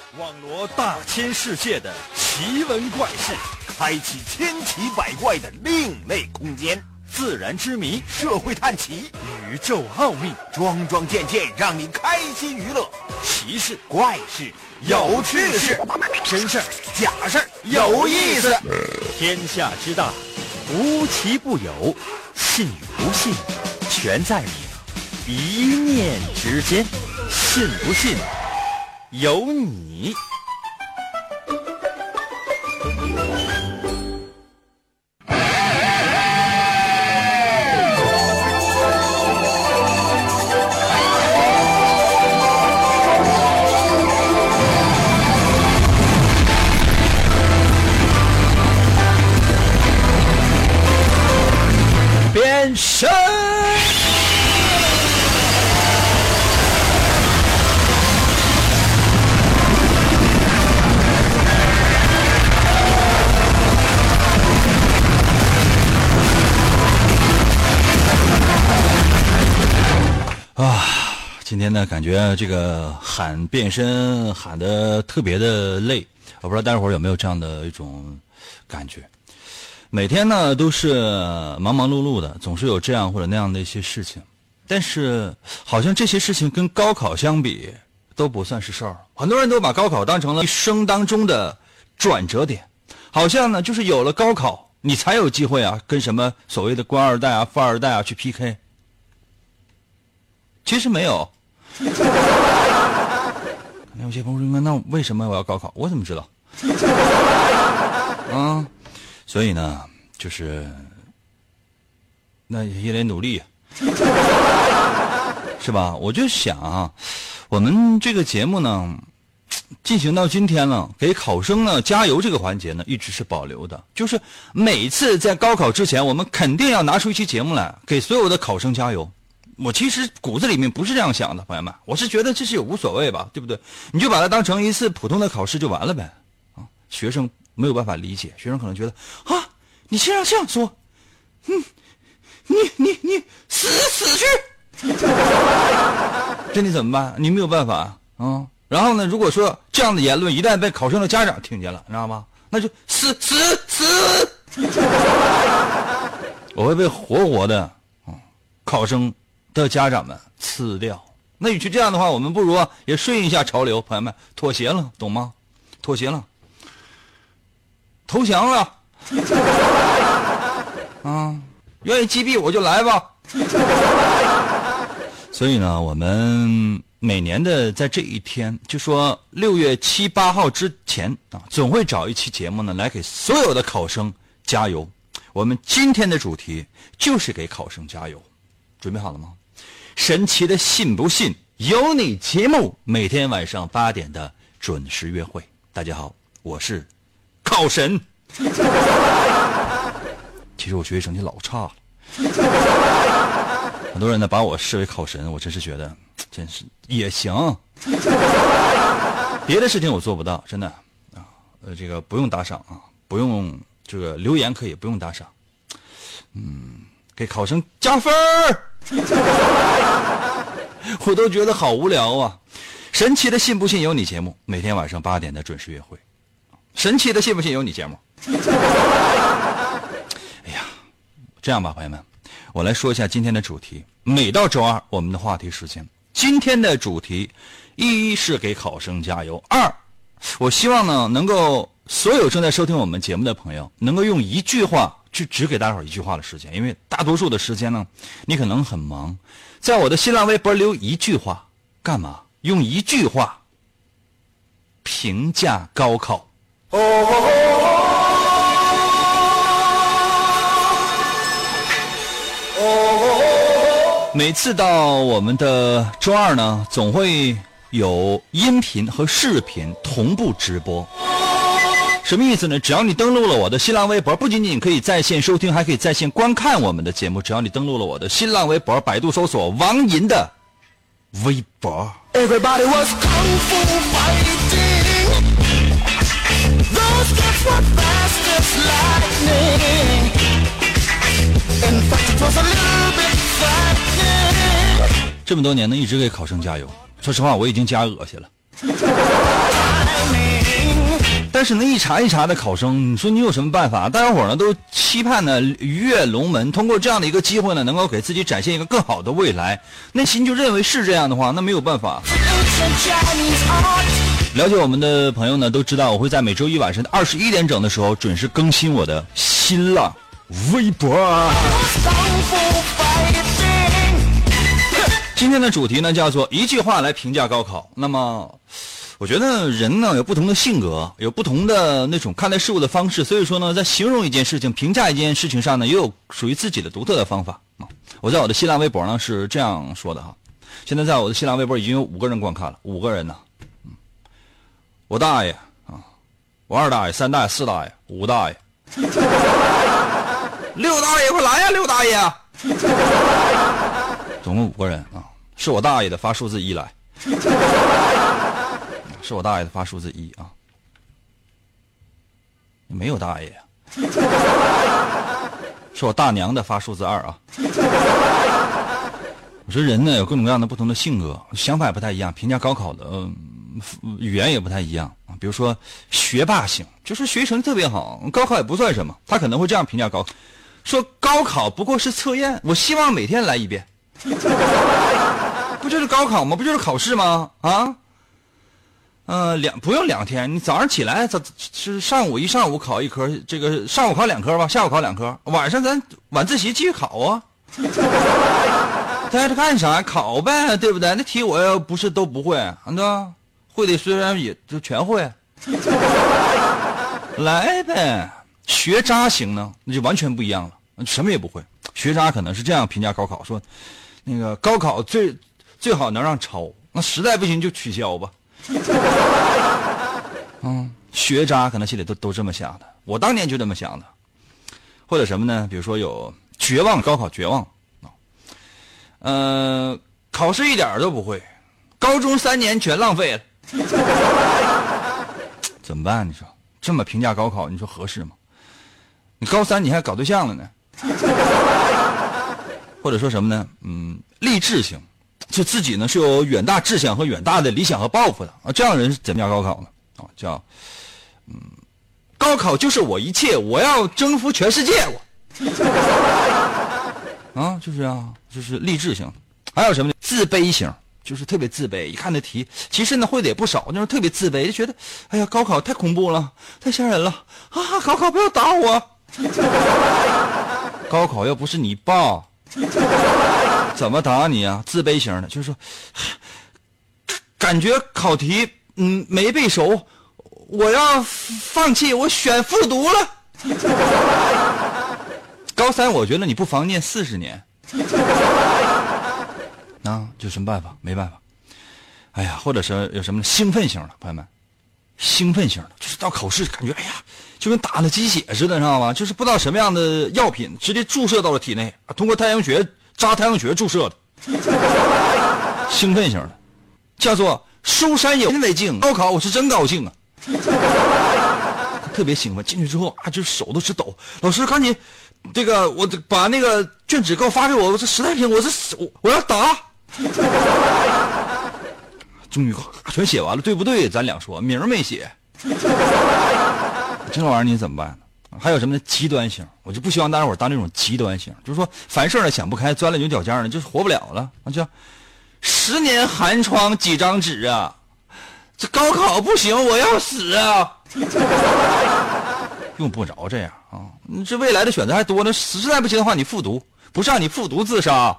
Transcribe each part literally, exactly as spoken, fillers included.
网罗大千世界的奇闻怪事，开启千奇百怪的另类空间，自然之谜，社会探奇，宇宙奥秘，桩桩件件让你开心娱乐。奇事怪事有趣事，真事儿假事儿有意思。天下之大，无奇不有，信与不信全在你一念之间，信不信由你。变身啊！今天呢，感觉这个喊变身喊得特别的累，我不知道待会儿有没有这样的一种感觉。每天呢都是忙忙碌碌的，总是有这样或者那样的一些事情，但是好像这些事情跟高考相比都不算是事儿。很多人都把高考当成了一生当中的转折点，好像呢就是有了高考你才有机会啊跟什么所谓的官二代啊富二代啊去 P K。 其实没有。有些朋友说，那为什么我要高考？我怎么知道？啊，所以呢就是那也得努力，是吧？我就想啊，我们这个节目呢进行到今天了，给考生呢加油这个环节呢一直是保留的，就是每次在高考之前我们肯定要拿出一期节目来给所有的考生加油。我其实骨子里面不是这样想的，朋友们，我是觉得这是有无所谓吧，对不对？你就把它当成一次普通的考试就完了呗。啊，学生没有办法理解，学生可能觉得啊，你竟然这样说，嗯，你你你死死去，这你怎么办？你没有办法啊、嗯。然后呢，如果说这样的言论一旦被考生的家长听见了，你知道吗？那就死死死，我会被活活的、嗯、考生的家长们刺掉。那与其这样的话，我们不如啊也顺应一下潮流，朋友们，妥协了，懂吗？妥协了，投降了，啊，愿意击毙我就来吧。所以呢，我们每年的在这一天，就说六月七八号之前啊，总会找一期节目呢来给所有的考生加油。我们今天的主题就是给考生加油，准备好了吗？神奇的信不信由你节目，每天晚上八点的准时约会。大家好，我是考神。其实我学习成绩老差了，很多人呢把我视为考神，我真是觉得真是也行。别的事情我做不到，真的啊，呃，这个不用打赏啊，不用这个留言可以不用打赏，嗯，给考生加分儿。我都觉得好无聊啊！神奇的信不信由你节目，每天晚上八点的准时约会。神奇的信不信由你节目。哎呀，这样吧，朋友们，我来说一下今天的主题。每到周二，我们的话题时间。今天的主题，一是给考生加油，二，我希望呢，能够所有正在收听我们节目的朋友，能够用一句话去只给大伙一句话的时间，因为大多数的时间呢，你可能很忙。在我的新浪微博留一句话，干嘛？用一句话评价高考。哦哦哦哦，每次到我们的周二呢，总会有音频和视频同步直播。什么意思呢？只要你登录了我的新浪微博，不仅仅可以在线收听，还可以在线观看我们的节目。只要你登录了我的新浪微博，百度搜索王银的微博。Everybody was kung fu fighting. Those kids were fast as lightning. In fact, it was a little bit frightening. 这么多年呢，一直给考生加油。说实话，我已经加恶心了。 但是呢，一茬一茬的考生，你说你有什么办法？大家伙呢都期盼呢鱼跃龙门，通过这样的一个机会呢，能够给自己展现一个更好的未来。内心就认为是这样的话，那没有办法。了解我们的朋友呢都知道，我会在每周一晚上的二十一点整的时候准时更新我的新浪微博。今天的主题呢叫做一句话来评价高考。那么我觉得人呢有不同的性格，有不同的那种看待事物的方式，所以说呢在形容一件事情、评价一件事情上呢也有属于自己的独特的方法。我在我的新浪微博呢是这样说的哈，现在在我的新浪微博已经有五个人观看了，五个人呢，嗯，我大爷啊，我二大爷、三大爷、四大爷、五大爷，六大爷快来呀，六大爷，总共五个人啊，是我大爷的发数字一来。是我大爷的发数字一啊，没有大爷呀、啊，是我大娘的发数字二啊。我说人呢有各种各样的不同的性格，想法也不太一样，评价高考的、呃、语言也不太一样啊。比如说学霸型，就是学习成绩特别好，高考也不算什么，他可能会这样评价高考，说高考不过是测验，我希望每天来一遍。不就是高考吗？不就是考试吗？啊？呃，两不用两天，你早上起来，咱是上午一上午考一科，这个上午考两科吧，下午考两科，晚上咱晚自习继续考啊。在这干啥？考呗，对不对？那题我要不是都不会，对吧？会的虽然也就全会。来呗，学渣型呢，那就完全不一样了，什么也不会。学渣可能是这样评价高考，说那个高考最最好能让抄，那实在不行就取消吧。嗯，学渣可能心里都都这么想的，我当年就这么想的。或者什么呢？比如说有绝望，高考绝望啊，呃，考试一点都不会，高中三年全浪费了，怎么办？你说这么评价高考，你说合适吗？你高三你还搞对象了呢？或者说什么呢？嗯，励志型。就自己呢是有远大志向和远大的理想和抱负的啊，这样的人是怎么样高考呢？啊，叫嗯，高考就是我一切，我要征服全世界，我啊，就是啊，就是励志型。还有什么呢？自卑型，就是特别自卑，一看这题，其实呢会的也不少，就是特别自卑，就觉得哎呀，高考太恐怖了，太吓人了啊！高考不要打我，高考要不是你爸。怎么打你啊？自卑型的，就是说，感觉考题嗯没背熟，我要放弃，我选复读了。高三我觉得你不妨念四十年，啊，有什么办法？没办法。哎呀，或者是有什么兴奋型的朋友们，兴奋型的，就是到考试感觉哎呀，就跟打了鸡血似的，知道吗？就是不知道什么样的药品直接注射到了体内，通过太阳穴。扎太阳穴注射的，兴奋型的，叫做书山有因为敬。高考我是真高兴啊，特别兴奋。进去之后啊，就手都直抖。老师，赶紧，这个我把那个卷纸给我发给我，我这实在不行，我这我我要答。终于全写完了，对不对？咱俩说名没写，这玩意儿你怎么办呢？还有什么呢？极端型，我就不希望大家伙当这种极端型，就是说凡事呢想不开，钻了牛角尖呢，就是活不了了。叫十年寒窗几张纸啊，这高考不行，我要死啊！用不着这样啊，这未来的选择还多呢。实在不行的话，你复读，不是让你复读自杀，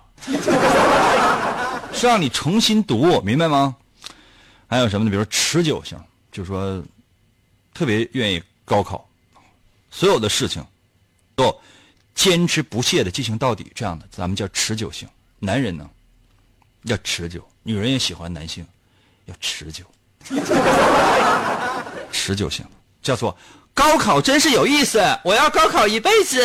是让你重新读，明白吗？还有什么呢？比如说持久型，就是说特别愿意高考。所有的事情都坚持不懈的进行到底，这样的咱们叫持久性。男人呢要持久，女人也喜欢男性要持久，持久性叫做高考真是有意思，我要高考一辈子。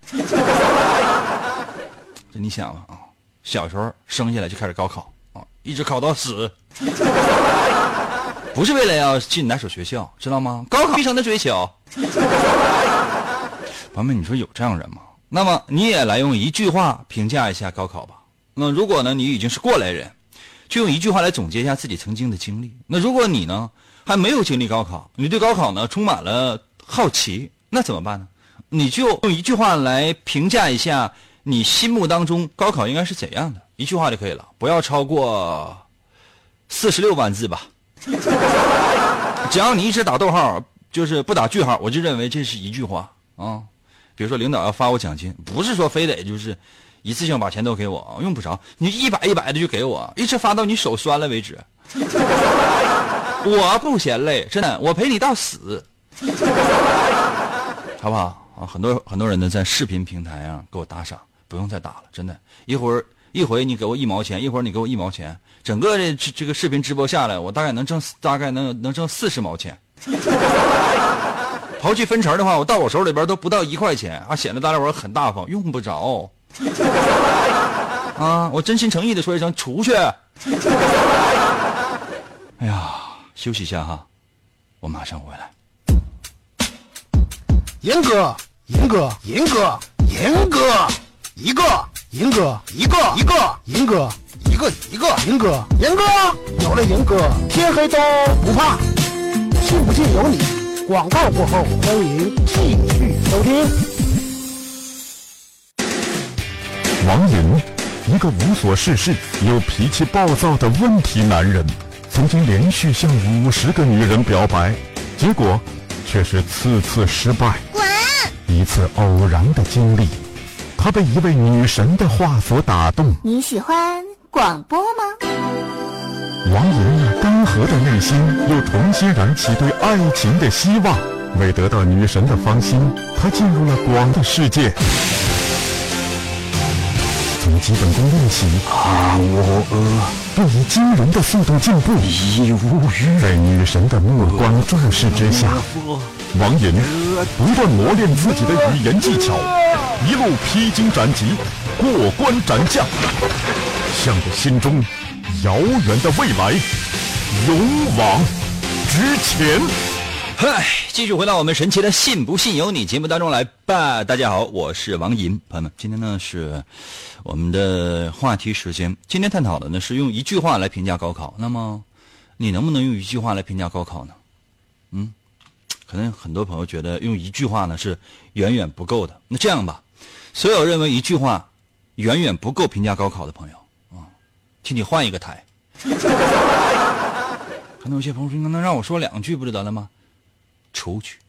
这你想啊，小时候生下来就开始高考啊，一直考到死，不是为了要进哪所学校，知道吗？高考必成的追求。朋友们，你说有这样人吗？那么你也来用一句话评价一下高考吧。那如果呢你已经是过来人，就用一句话来总结一下自己曾经的经历。那如果你呢还没有经历高考，你对高考呢充满了好奇，那怎么办呢？你就用一句话来评价一下你心目当中高考应该是怎样的，一句话就可以了，不要超过四十六万字吧。只要你一直打逗号，就是不打句号，我就认为这是一句话啊。比如说领导要发我奖金，不是说非得就是一次性把钱都给我，用不着，你一百一百的就给我，一直发到你手酸了为止。我不嫌累，真的，我陪你到死，好不好？啊，很多很多人呢在视频平台啊给我打赏，不用再打了，真的，一会儿一回你给我一毛钱，一会儿你给我一毛钱，整个这这个视频直播下来，我大概能挣大概能能挣四十毛钱。刨去分成的话，我到我手里边都不到一块钱啊，显得大家伙很大方，用不着。啊，我真心诚意的说一声出去。哎呀，休息一下哈，我马上回来。 严哥，严哥，严哥，严哥，一个，严哥，一个，一个，严哥，一个，一个，严哥，严哥，有了严哥，天黑都不怕。信不信由你。广告过后，欢迎继续收听。 王寅，一个无所事事又脾气暴躁的问题男人，曾经连续向五十个女人表白，结果却是次次失败。 滚！ 一次偶然的经历，他被一位女神的话所打动。 你喜欢广播吗？ 王寅那干涸的内心又重新燃起对爱情的希望。为得到女神的芳心，他进入了广的世界。从基本功练习啊，我呃，又以惊人的速度进步，已无语。在女神的目光注视之下，王寅不断磨练自己的语言技巧，一路披荆斩棘，过关斩将，向着心中遥远的未来勇往直前。 嗨，继续回到我们神奇的信不信由你节目当中来吧。大家好，我是王寅，朋友们，今天呢是我们的话题时间。今天探讨的呢是用一句话来评价高考。那么你能不能用一句话来评价高考呢？嗯，可能很多朋友觉得用一句话呢是远远不够的。那这样吧，所有认为一句话远远不够评价高考的朋友啊，请你换一个台。可能有些朋友说，能让我说两句不就得了吗？出去。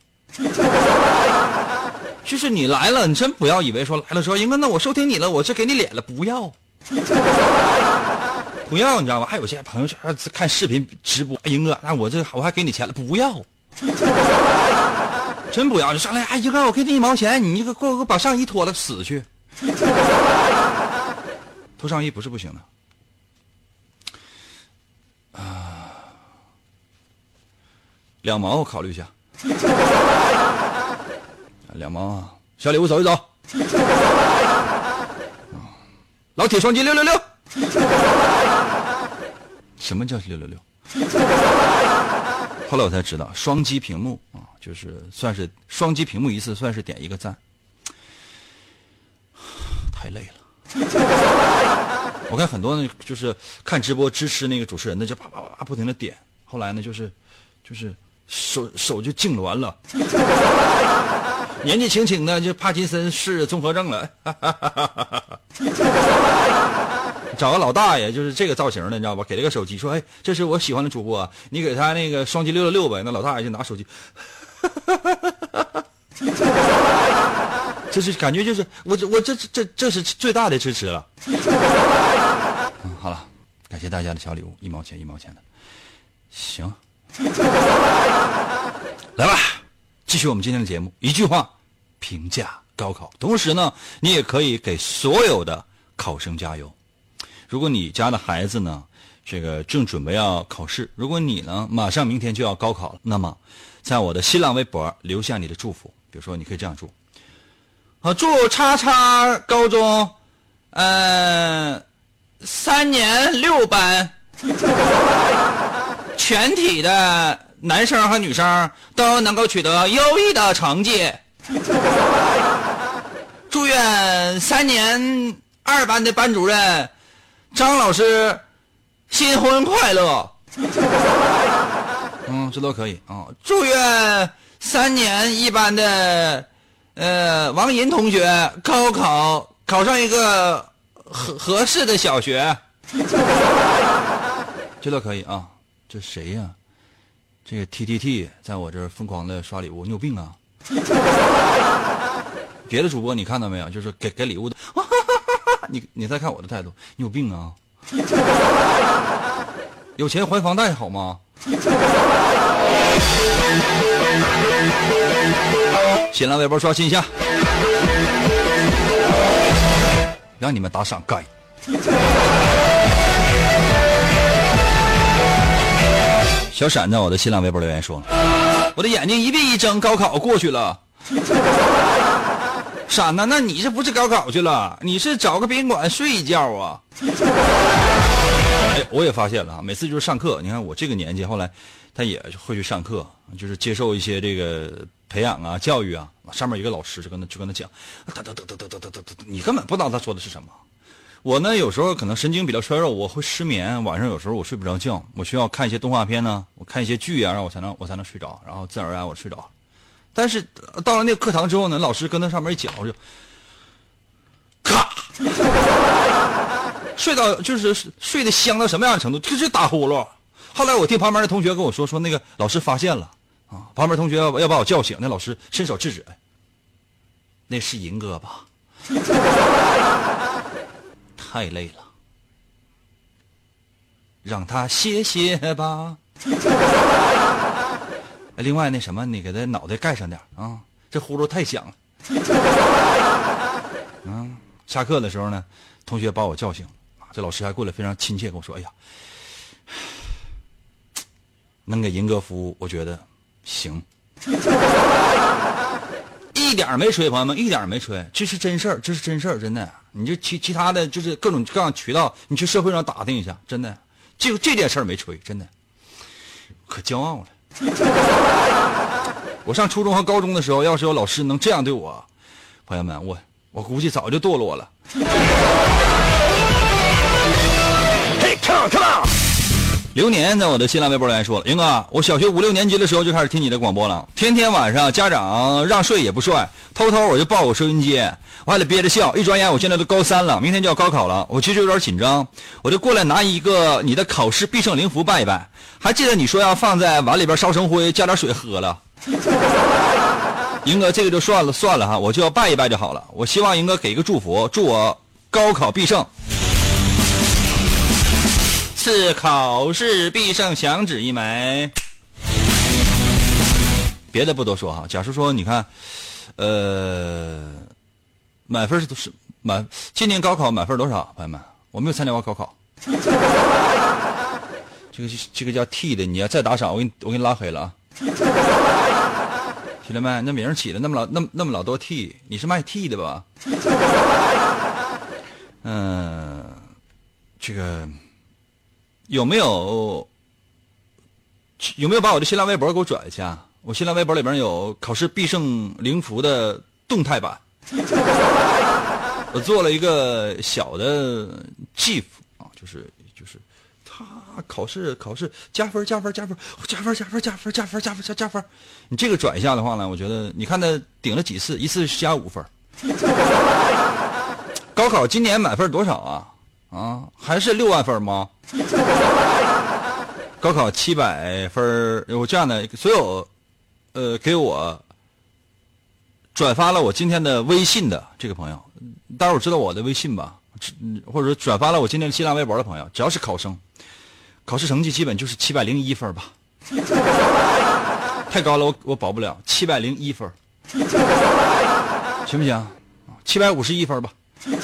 就是你来了，你真不要以为说来了说，英哥，那我收听你了，我是给你脸了，不要。不要，你知道吗？还有些朋友看视频直播，英哥，那我这我还给你钱了，不要。真不要，就上来，哎，英哥，我给你一毛钱，你给我给我把上衣脱了，死去。脱上衣不是不行的。啊，两毛我考虑一下。两毛啊，小礼物走一走。老铁双击六六六。什么叫六六六？后来我才知道，双击屏幕啊，就是算是双击屏幕一次，算是点一个赞。太累了。我看很多呢，就是看直播支持那个主持人的，就啪啪啪不停的点。后来呢，就是就是手手就痉挛了。年纪轻轻的就帕金森氏综合症了。找个老大爷，就是这个造型的，你知道吧？给了个手机，说：“哎，这是我喜欢的主播，你给他那个双击六六六呗。”那老大爷就拿手机，这是感觉就是我我这这这是最大的支持了。嗯，好了，感谢大家的小礼物，一毛钱一毛钱的，行，来吧。继续我们今天的节目，一句话评价高考。同时呢，你也可以给所有的考生加油。如果你家的孩子呢，这个正准备要考试，如果你呢马上明天就要高考了，那么在我的新浪微博留下你的祝福。比如说，你可以这样祝：啊，祝叉叉高中，嗯、呃，三年六班全体的男生和女生都能够取得优异的成绩。祝愿三年二班的班主任张老师新婚快乐。嗯， 这都可以啊。祝愿三年一班的呃王银同学高考考上一个合合适的小学，这都可以啊。这谁呀、啊？这个 T T T 在我这儿疯狂的刷礼物，你有病啊！别的主播你看到没有？就是给给礼物的，你你再看我的态度，你有病啊！有钱还房贷好吗？新浪微博刷新一下，让你们打赏该。小闪在我的新浪微博留言说，我的眼睛一闭一睁，高考过去了。闪呐，那你这不是高考去了，你是找个宾馆睡一觉啊。哎，我也发现了啊，每次就是上课，你看我这个年纪，后来他也会去上课，就是接受一些这个培养啊、教育啊。上面一个老师就跟他就跟他讲，哒哒哒哒哒哒哒哒，你根本不知道他说的是什么。我呢，有时候可能神经比较衰弱，我会失眠，晚上有时候我睡不着觉，我需要看一些动画片呢，我看一些剧啊，让我才能我才能睡着，然后自然而然我睡着。但是到了那个课堂之后呢，老师跟他上面一讲，我就咔睡到就是睡得香到什么样的程度，就是打呼噜。后来我听旁边的同学跟我说，说那个老师发现了啊，旁边同学要要把我叫醒，那老师伸手制止，那是银哥吧？太累了，让他歇歇吧。另外那什么，你给他脑袋盖上点啊，这呼噜太响了。嗯，下课的时候呢，同学把我叫醒，这老师还过来非常亲切跟我说：“哎呀，能给银哥服务，我觉得行。”一点没吹，朋友们，一点没吹，这是真事儿，这是真事儿，真的。你就其其他的就是各种各样渠道，你去社会上打听一下，真的，就这件事儿没吹，真的，可骄傲了。我上初中和高中的时候，要是有老师能这样对我，朋友们，我我估计早就堕落了。Hey, come on, come on！ 流年在我的新浪微博留言说了，英哥，我小学五六年级的时候就开始听你的广播了，天天晚上家长让睡也不睡，偷偷我就抱我收音机，我还得憋着笑。一转眼我现在都高三了，明天就要高考了，我其实有点紧张，我就过来拿一个你的考试必胜灵符拜一拜。还记得你说要放在碗里边烧成灰，加点水喝了。英哥，这个就算了算了哈，我就要拜一拜就好了。我希望英哥给一个祝福，祝我高考必胜。是考试必胜，响指一枚。别的不多说哈，假如说你看，呃，满分是满，今年高考满分多少？朋友们，我没有参加过高考。这个这个叫 T 的，你要再打赏，我给你我给你拉黑了啊！兄弟们，那名儿起的那么老那么那么老多 T， 你是卖 T 的吧？嗯、呃，这个。有没有有没有把我的新浪微博给我转一下？我新浪微博里边有考试必胜灵符的动态版，我做了一个小的 GIF 啊，就是就是他考试考试加分加分加分加分加分加分加分加分加加分，你这个转一下的话呢，我觉得你看他顶了几次，一次是加五分。高考今年满分多少啊？啊，还是六万分吗？高考七百分，有这样的所有，呃，给我转发了我今天的微信的这个朋友，大家伙知道我的微信吧？或者说转发了我今天的新浪微博的朋友，只要是考生，考试成绩基本就是七百零一分吧。太高了，我我保不了，七百零一分，行不行？七百五十一分吧。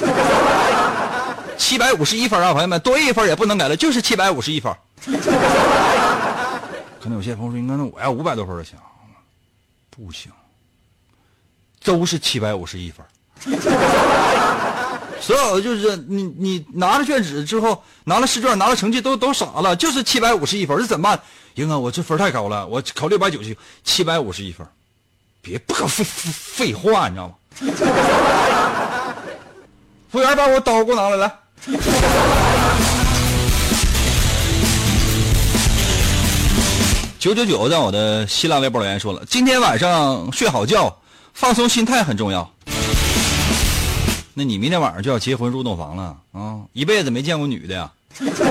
七百五十一分啊，朋友们，多一分也不能改了，就是七百五十一分。可能有些朋友说，应该那我要五百多分就行，不行，都是七百五十一分。所有就是你你拿了卷纸之后，拿了试卷，拿了成绩都都傻了，就是七百五十一分，这怎么办？英哥，我这分太高了，我考六百九十，七百五十一分，别不可废废话，你知道吗？服务员，把我刀给我拿来，来。 九九九在我的新浪微博留言说了，今天晚上睡好觉，放松心态很重要。那你明天晚上就要结婚入洞房了啊！一辈子没见过女的呀。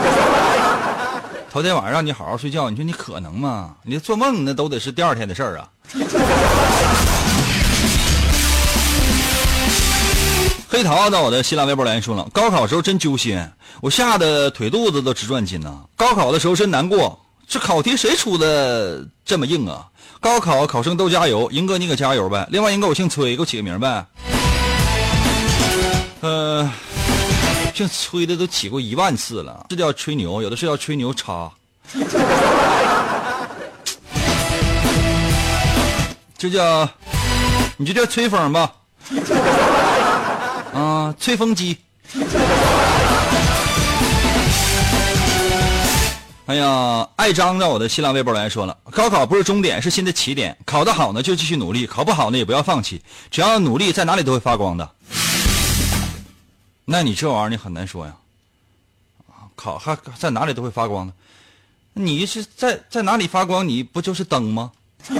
头天晚上让你好好睡觉，你说你可能吗？你做梦那都得是第二天的事儿啊。黑桃在我的新浪微博留言说了，高考时候真揪心，我吓得腿肚子都直转筋呢。高考的时候真难过，这考题谁出的这么硬啊？高考考生都加油，银哥你可加油呗。另外银哥我姓崔，给我起个名呗。呃，姓崔的都起过一万次了，这叫吹牛，有的是叫吹牛叉。这叫，你就叫吹风吧。啊，吹风机。哎呀，爱张在我的新浪微博来说了，高考不是终点，是新的起点。考得好呢就继续努力，考不好呢也不要放弃，只要努力在哪里都会发光的。那你这玩意儿你很难说呀，考还在哪里都会发光的，你是在在哪里发光？你不就是灯吗？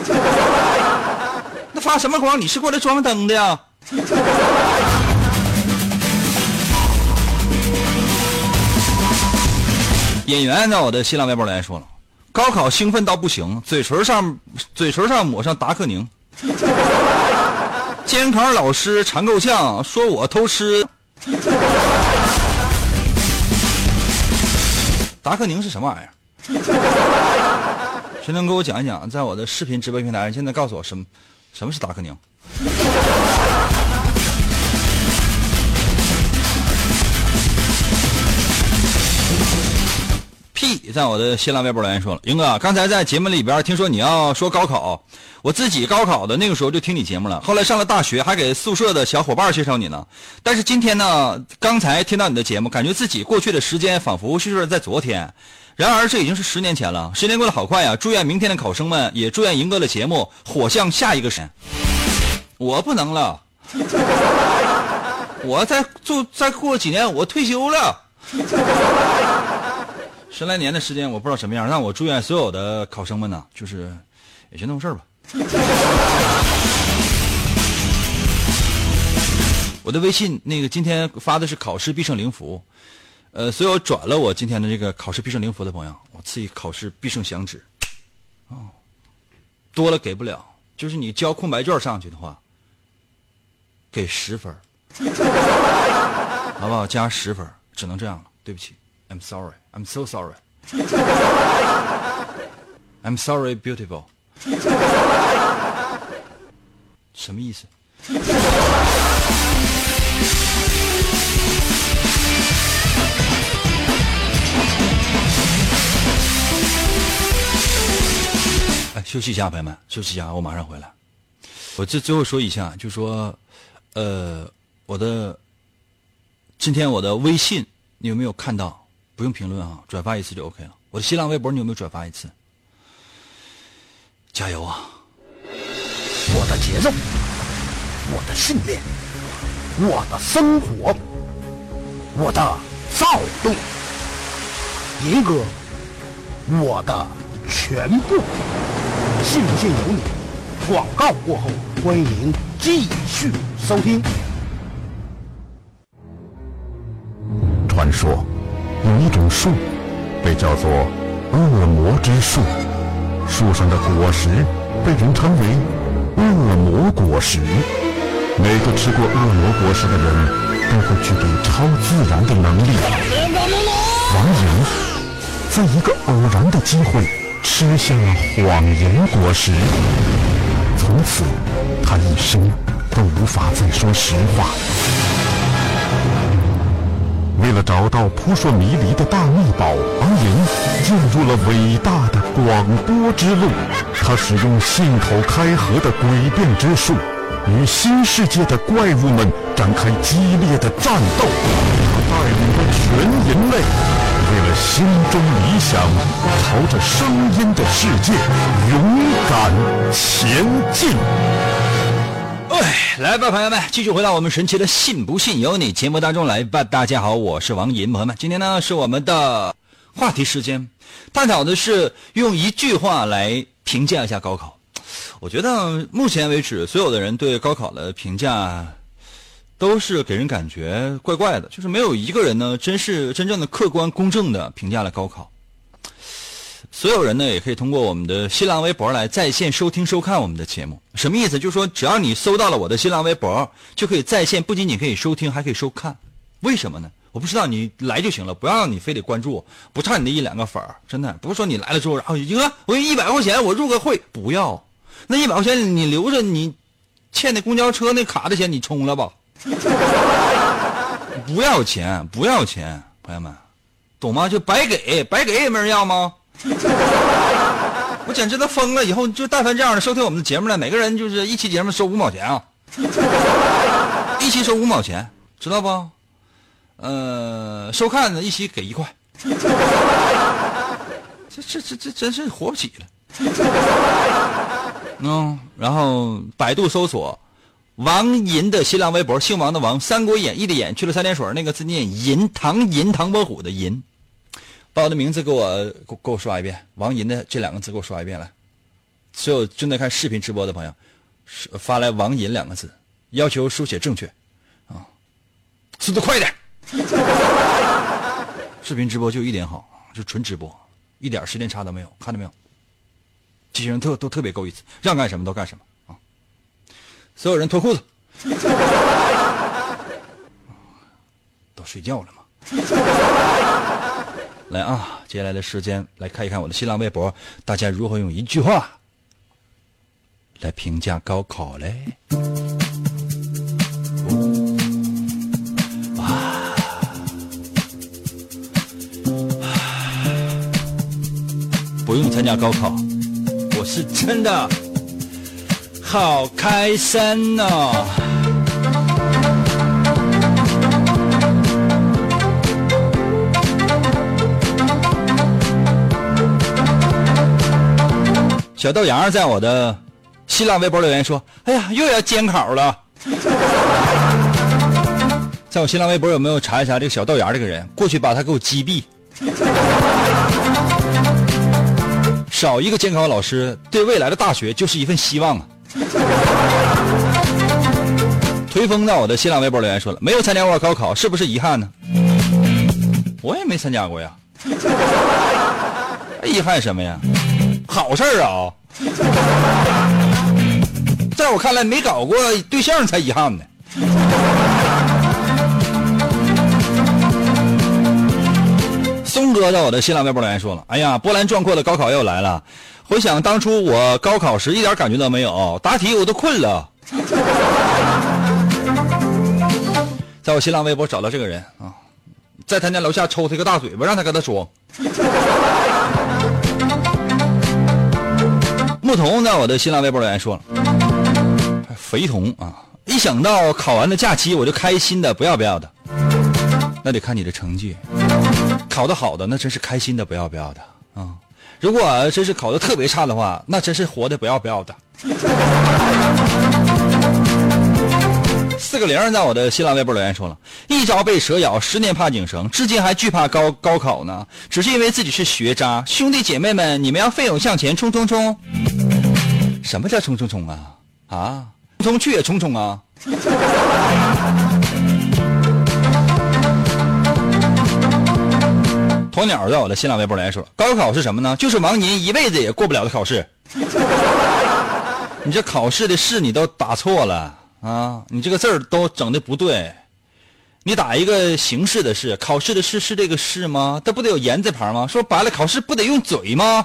那发什么光？你是过来装灯的呀？演员在我的新浪微博来说了，高考兴奋到不行，嘴唇上嘴唇上抹上达克宁。监考老师馋够呛，说我偷吃。达克宁是什么玩意儿？谁能给我讲一讲？在我的视频直播平台，现在告诉我什么什么是达克宁？P 在我的新浪微博留言说了，英哥，刚才在节目里边听说你要说高考，我自己高考的那个时候就听你节目了，后来上了大学还给宿舍的小伙伴介绍你呢。但是今天呢，刚才听到你的节目，感觉自己过去的时间仿佛是在昨天，然而这已经是十年前了，时间过得好快呀！祝愿明天的考生们，也祝愿赢哥的节目火向下一个时间。我不能了，我再就再过几年我退休了。十来年的时间我不知道什么样，让我祝愿所有的考生们呢，就是也就那么事儿吧。我的微信那个今天发的是考试必胜灵符，呃，所有转了我今天的这个考试必胜灵符的朋友，我赐予考试必胜响指。哦，多了给不了，就是你交空白卷上去的话，给十分，好不好？加十分，只能这样了，对不起。I'm sorry. I'm so sorry. I'm sorry, beautiful. 什么意思？哎，休息一下，朋友们，休息一下，我马上回来。我这最后说一下，就说，呃，我的今天我的微信你有没有看到？不用评论啊，转发一次就 OK 了。我的新浪微博你有没有转发一次？加油啊！ 我的节奏，我的训练，我的生活，我的躁动，银哥，我的全部。信不信由你。广告过后，欢迎继续收听。 传说有一种树被叫做恶魔之树，树上的果实被人称为恶魔果实。每个吃过恶魔果实的人都会具备超自然的能力。王莹在一个偶然的机会吃下了谎言果实，从此他一生都无法再说实话。为了找到扑朔迷离的大秘宝，王莹进入了伟大的广播之路。他使用信口开河的诡辩之术，与新世界的怪物们展开激烈的战斗。他带领着全人类，为了心中理想，朝着声音的世界勇敢前进。 哎，来吧，朋友们，继续回到我们神奇的信不信由你节目当中来吧。大家好，我是王银，朋友们，今天呢是我们的话题时间。 探讨的是用一句话来评价一下高考。我觉得目前为止，所有的人对高考的评价都是给人感觉怪怪的，就是没有一个人呢真是真正的客观公正的评价了高考。所有人呢也可以通过我们的新浪微博来在线收听收看我们的节目。什么意思？就是说只要你搜到了我的新浪微博，就可以在线，不仅仅可以收听，还可以收看。为什么呢？我不知道，你来就行了，不要你非得关注我，不差你的一两个粉儿，真的不是说你来了之后，然后一个我一百块钱我入个会，不要，那一百块钱你留着，你欠那公交车那卡的钱你充了吧，不要钱，不要钱，朋友们，懂吗？就白给，白给也没人要吗？我简直都疯了！以后就但凡这样的收听我们的节目呢，每个人就是一期节目收五毛钱啊，一期收五毛钱，知道不？呃，收看呢一期给一块，这这这这真是活不起了。嗯，然后百度搜索王银的新浪微博，姓王的王，三国演义的演，去了三点水那个字念银，唐银唐伯虎的银。把我的名字给我给给我刷一遍，王银的这两个字给我刷一遍来。所有正在看视频直播的朋友，发来王银两个字，要求书写正确啊，速度快一点。视频直播就一点好，就纯直播，一点时间差都没有，看到没有？机器人特都特别够意思，让干什么都干什么啊！所有人脱裤子，都睡觉了吗？来啊！接下来的时间来看一看我的新浪微博，大家如何用一句话来评价高考嘞？哇！不用参加高考，我是真的好开心哦！小豆芽在我的新浪微博留言说：“哎呀，又要监考了。”在我新浪微博有没有查一查这个小豆芽这个人？过去把他给我击毙。少一个监考老师，对未来的大学就是一份希望啊！推风在我的新浪微博留言说了：“没有参加过高考，是不是遗憾呢？”我也没参加过呀，遗憾什么呀？好事儿啊！在我看来，没搞过对象才遗憾呢。松哥在我的新浪微博留言说了：“哎呀，波澜壮阔的高考又来了。回想当初我高考时一点感觉都没有，答题我都困了。”在我新浪微博找到这个人啊，在他家楼下抽他一个大嘴巴，让他跟他装。牧童在我的新浪微博留言说了：“肥童啊，一想到考完的假期我就开心的不要不要的。那得看你的成绩，考得好的那真是开心的不要不要的啊！如果真是考得特别差的话，那真是活得不要不要的。”四个零在我的新浪微博留言说了：“一朝被蛇咬，十年怕井绳，至今还惧怕高高考呢，只是因为自己是学渣。兄弟姐妹们，你们要奋勇向前，冲冲冲！”什么叫冲冲冲啊？啊，冲去也冲冲啊！鸵鸟在我的新浪微博来说，高考是什么呢？就是王银一辈子也过不了的考试。你这考试的试你都打错了啊！你这个字儿都整的不对。你打一个形式的试，考试的试是这个试吗？它不得有言字旁吗？说白了，考试不得用嘴吗？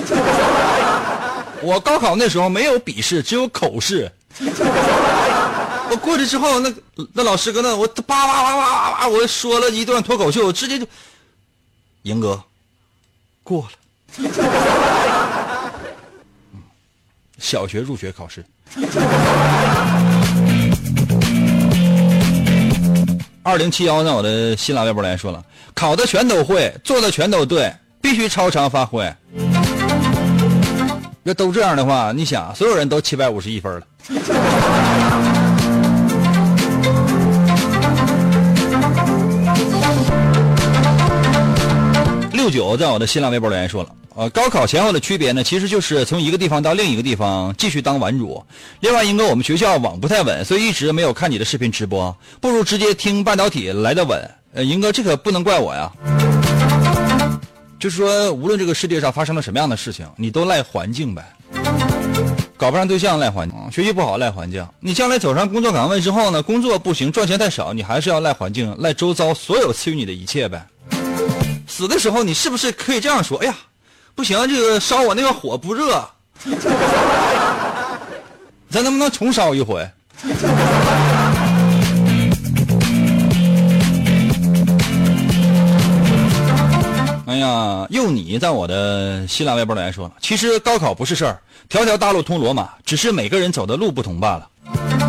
我高考那时候没有笔试，只有口试。我过去之后，那那老师搁那我叭叭叭叭叭，我说了一段脱口秀，直接就赢哥过了。小学入学考试。二零七幺呢，我的新浪微博来说了，考的全都会，做的全都对，必须超常发挥。要都这样的话，你想，所有人都七百五十一分了。六六九在我的新浪微博留言说了，呃，高考前后的区别呢，其实就是从一个地方到另一个地方继续当玩主。另外，英哥，我们学校网不太稳，所以一直没有看你的视频直播，不如直接听半导体来的稳。呃，英哥，这可不能怪我呀。就是说，无论这个世界上发生了什么样的事情，你都赖环境呗。搞不上对象赖环境，学习不好赖环境。你将来走上工作岗位之后呢，工作不行，赚钱太少，你还是要赖环境，赖周遭所有赐予你的一切呗。死的时候，你是不是可以这样说？哎呀，不行，这个烧我那个火不热，咱能不能重烧一回？哎呀，又你在我的新浪微博里来说了，其实高考不是事儿，条条大路通罗马，只是每个人走的路不同罢了。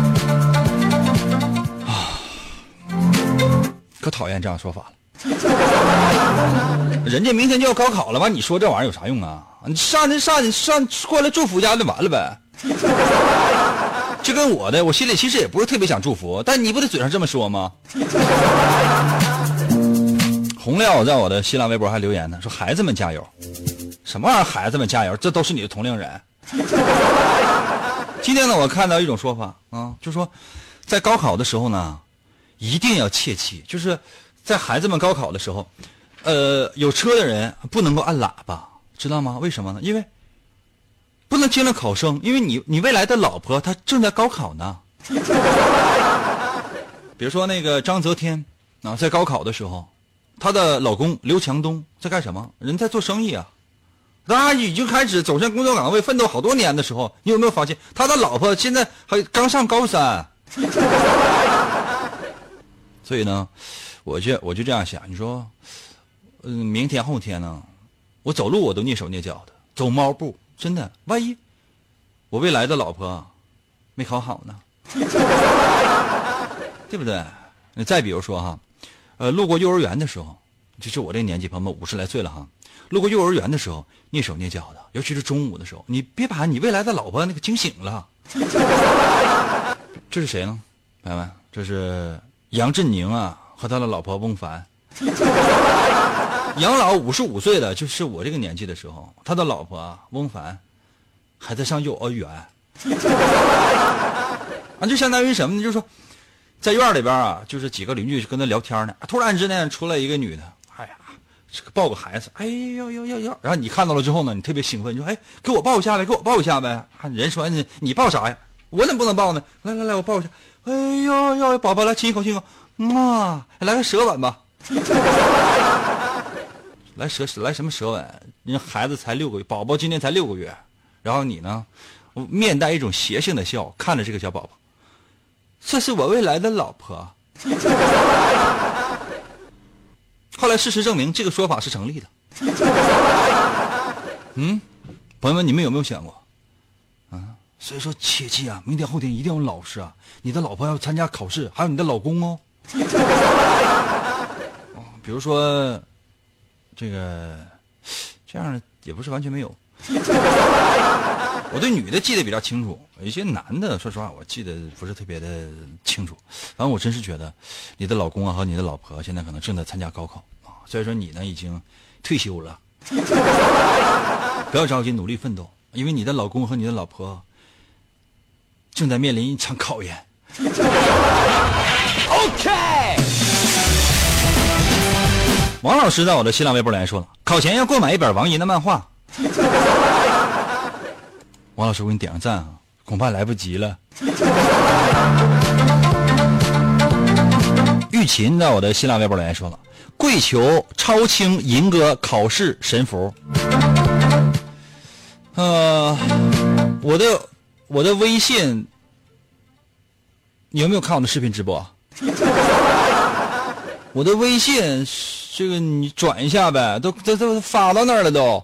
啊，可讨厌这样说法了。人家明天就要高考了吧？你说这玩意儿有啥用啊？你上你上你上过来祝福一下就完了呗。就跟我的，我心里其实也不是特别想祝福，但你不得嘴上这么说吗？洪亮在我的新浪微博还留言呢，说孩子们加油。什么玩意儿孩子们加油？这都是你的同龄人。今天呢，我看到一种说法啊，就说在高考的时候呢，一定要切记，就是在孩子们高考的时候，呃，有车的人不能够按喇叭，知道吗？为什么呢？因为不能听了考生，因为你你未来的老婆她正在高考呢。比如说那个章泽天啊，在高考的时候，她的老公刘强东在干什么？人在做生意啊。当他已经开始走向工作岗位奋斗好多年的时候，你有没有发现他的老婆现在还刚上高三？所以呢，我就我就这样想，你说，嗯，明天后天呢，我走路我都蹑手蹑脚的，走猫步，真的，万一我未来的老婆没考好呢，对不对？你再比如说哈，呃，路过幼儿园的时候，就是我这个年纪，朋友们五十来岁了哈，路过幼儿园的时候，蹑手蹑脚的，尤其是中午的时候，你别把你未来的老婆那个惊醒了。这是谁呢？朋友们，这是杨振宁啊和他的老婆翁凡。杨老五十五岁了，就是我这个年纪的时候，他的老婆啊翁凡还在上幼儿园。啊，就相当于什么呢？就是说，在院里边啊，就是几个邻居跟他聊天呢，突然之间出来一个女的，哎呀，这个抱个孩子，哎呦呦呦呦，然后你看到了之后呢，你特别兴奋，你说，哎，给我抱一下呗，给我抱一下呗。啊，人说你你抱啥呀？我怎么不能抱呢？来来来，我抱一下。哎呦呦，宝宝来亲一口亲一口，啊，来个舌吻吧。来舌来什么舌吻？人孩子才六个月，宝宝今年才六个月，然后你呢，面带一种邪性的笑看着这个小宝宝，这是我未来的老婆。后来事实证明，这个说法是成立的。嗯，朋友们，你们有没有想过啊？所以说切记啊，明天后天一定要老实啊！你的老婆要参加考试，还有你的老公哦。哦，比如说这个这样也不是完全没有。我对女的记得比较清楚，有一些男的说实话我记得不是特别的清楚。反正我真是觉得你的老公啊和你的老婆现在可能正在参加高考啊，所以说你呢已经退休了。不要着急，努力奋斗，因为你的老公和你的老婆正在面临一场考验。OK。王老师在我的新浪微博里说了，考前要购买一本王银的漫画。王老师，我给你点个赞啊，恐怕来不及了。玉琴在我的新浪微博里说了，跪求超清银哥考试神符。呃，我的我的微信，你有没有看我的视频直播？我的微信，这个你转一下呗，都都都发到那儿了都。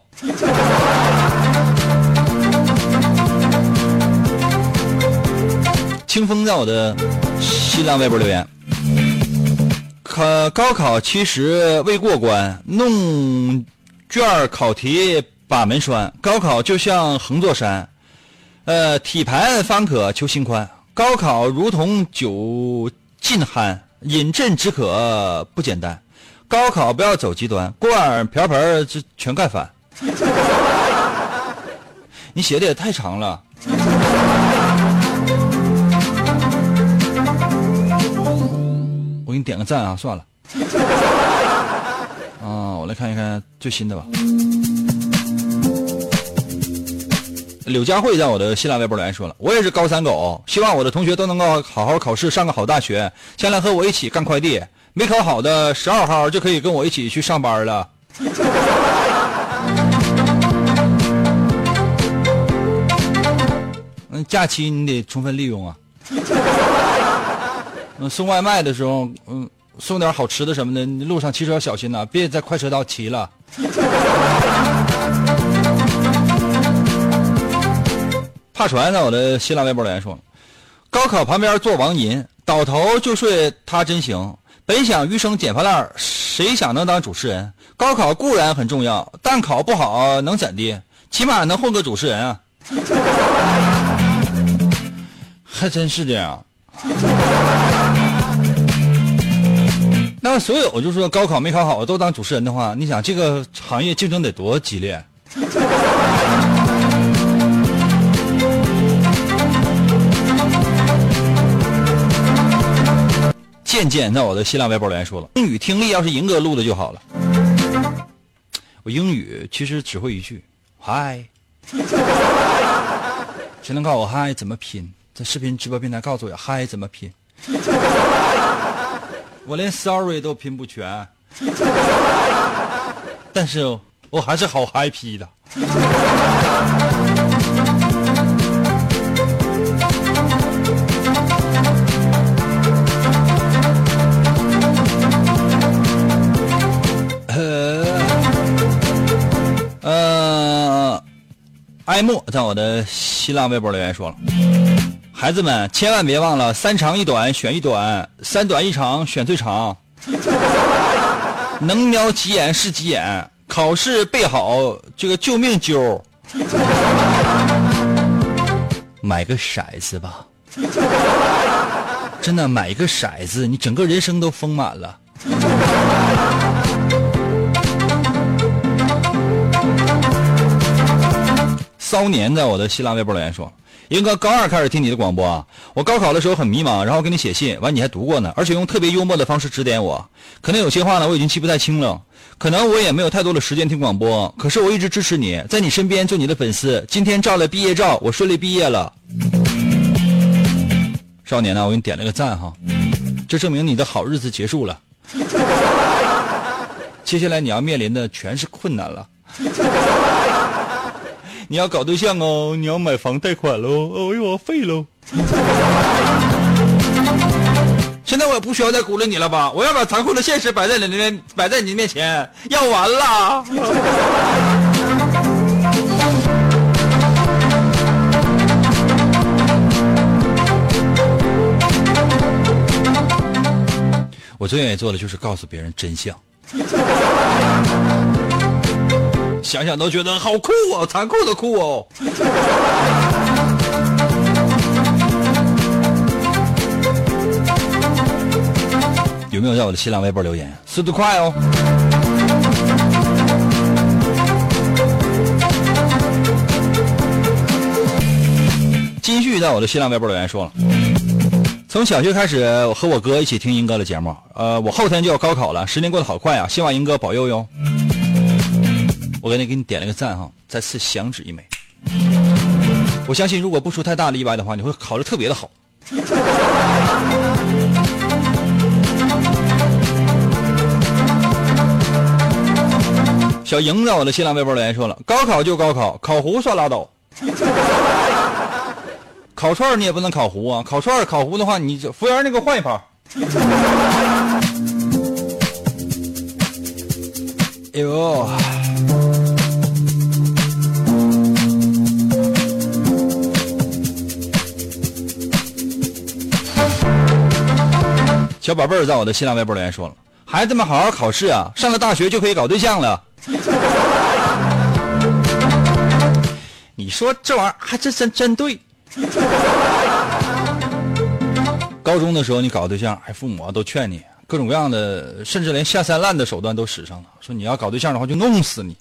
清风在我的新浪微博留言，考高考其实未过关，弄卷考题把门栓，高考就像横座山，呃，体盘方可求心宽，高考如同酒尽酣，饮鸩止渴不简单， 高考不要走极端，锅碗瓢盆这全盖翻。你写的也太长了。我给你点个赞啊，算了。啊，我来看一看最新的吧。柳佳慧在我的新浪微博留言说了，我也是高三狗，希望我的同学都能够好好考试，上个好大学，将来和我一起干快递，没考好的十二号就可以跟我一起去上班了。嗯，假期你得充分利用啊。嗯，送外卖的时候，嗯，送点好吃的什么的，你路上骑车要小心呐、啊，别在快车道骑了。帕船在我的新浪微博留言说，高考旁边坐王银，倒头就睡他真行，本想余生捡破烂，谁想能当主持人？高考固然很重要，但考不好能怎的？起码能混个主持人啊。还真是这样。那所有就是说高考没考好都当主持人的话，你想这个行业竞争得多激烈？渐渐在我的新浪微博留言说了，英语听力要是银哥录的就好了。我英语其实只会一句嗨，谁能告诉我嗨怎么拼？在视频直播平台告诉我嗨怎么拼。我连 sorry 都拼不全，但是我还是好 happy 的。呃，艾莫在我的新浪微博留言说了，孩子们千万别忘了三长一短选一短，三短一长选最长，能瞄急眼是急眼，考试备好这个救命揪。买个骰子吧，真的买一个骰子，你整个人生都丰满了。骚年在我的新浪微博留言说，英哥高二开始听你的广播啊，我高考的时候很迷茫，然后给你写信，完你还读过呢，而且用特别幽默的方式指点我，可能有些话呢我已经记不太清了，可能我也没有太多的时间听广播，可是我一直支持你，在你身边做你的粉丝，今天照了毕业照，我顺利毕业了。少年呢，我给你点了个赞哈，这证明你的好日子结束了，接下来你要面临的全是困难了。你要搞对象哦，你要买房贷款喽，哦呦，废喽！现在我也不需要再鼓励你了吧？我要把残酷的现实摆在你面，摆在你面前，要完了。我最愿意做的就是告诉别人真相。想想都觉得好酷哦，残酷的酷哦。有没有在我的新浪微博留言？速度快哦。金旭在我的新浪微博留言说了，从小学开始我和我哥一起听英哥的节目，呃，我后天就要高考了，十年过得好快啊，希望英哥保佑哟。我给你给你点了个赞哈，再次响指一枚。我相信如果不出太大的意外的话，你会考得特别的好。小莹在我的新浪微博留言说了，高考就高考，烤糊算拉倒。烤串你也不能烤糊啊，烤串烤糊的话，你服务员那个换一盘。哎呦。小宝贝儿在我的新浪微博留言说了，孩子们好好考试啊，上了大学就可以搞对象了。你说这玩意儿还真真真对。高中的时候你搞对象，还父母都劝你各种各样的，甚至连下三滥的手段都使上了，说你要搞对象的话就弄死你。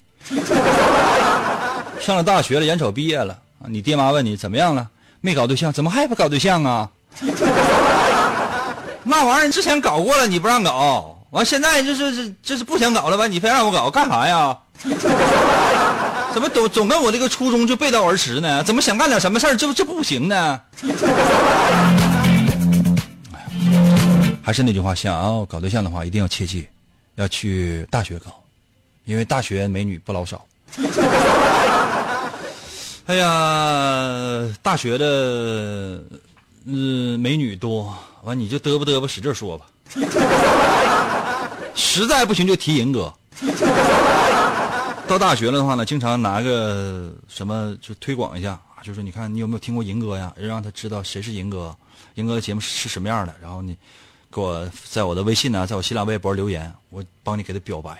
上了大学了，眼瞅毕业了，你爹妈问你怎么样了，没搞对象，怎么还不搞对象啊？那玩意儿你之前搞过了，你不让搞，完现在就是这这是不想搞了吧？你非让我搞干啥呀？怎么总总跟我这个初衷就背道而驰呢？怎么想干点什么事儿这这不行呢？还是那句话，想要搞对象的话，一定要切记，要去大学搞，因为大学美女不老少。哎呀，大学的嗯美女多，完你就嘚啵嘚啵使劲说吧。实在不行就提银哥。到大学了的话呢，经常拿个什么就推广一下，就是你看你有没有听过银哥呀，让他知道谁是银哥，银哥的节目是什么样的，然后你给我在我的微信呢，在我新浪微博留言，我帮你给他表白。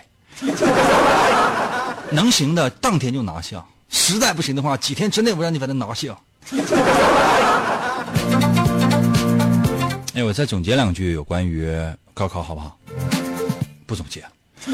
能行的当天就拿下，实在不行的话几天之内我让你把它拿下。哎，我再总结两句有关于高考好不好？不总结。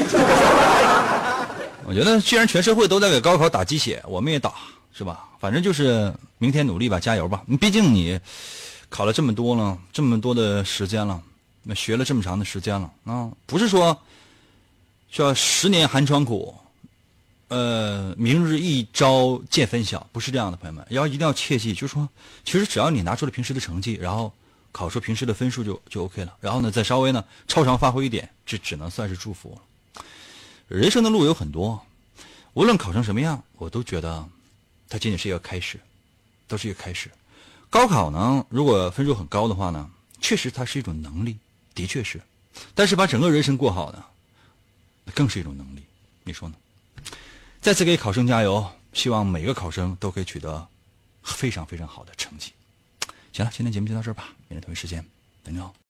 我觉得既然全社会都在给高考打鸡血，我们也打，是吧？反正就是明天努力吧，加油吧。毕竟你考了这么多了，这么多的时间了，那学了这么长的时间了啊，不是说叫十年寒窗苦，呃，明日一朝见分晓，不是这样的，朋友们，要一定要切记，就是说，其实只要你拿出了平时的成绩，然后考出平时的分数就就 OK 了，然后呢，再稍微呢超常发挥一点，这只能算是祝福了。人生的路有很多，无论考成什么样，我都觉得它仅仅是一个开始，都是一个开始。高考呢，如果分数很高的话呢，确实它是一种能力，的确是，但是把整个人生过好呢，更是一种能力，你说呢？再次给考生加油，希望每个考生都可以取得非常非常好的成绩。行了，今天节目就到这儿吧，明天同一时间等你好。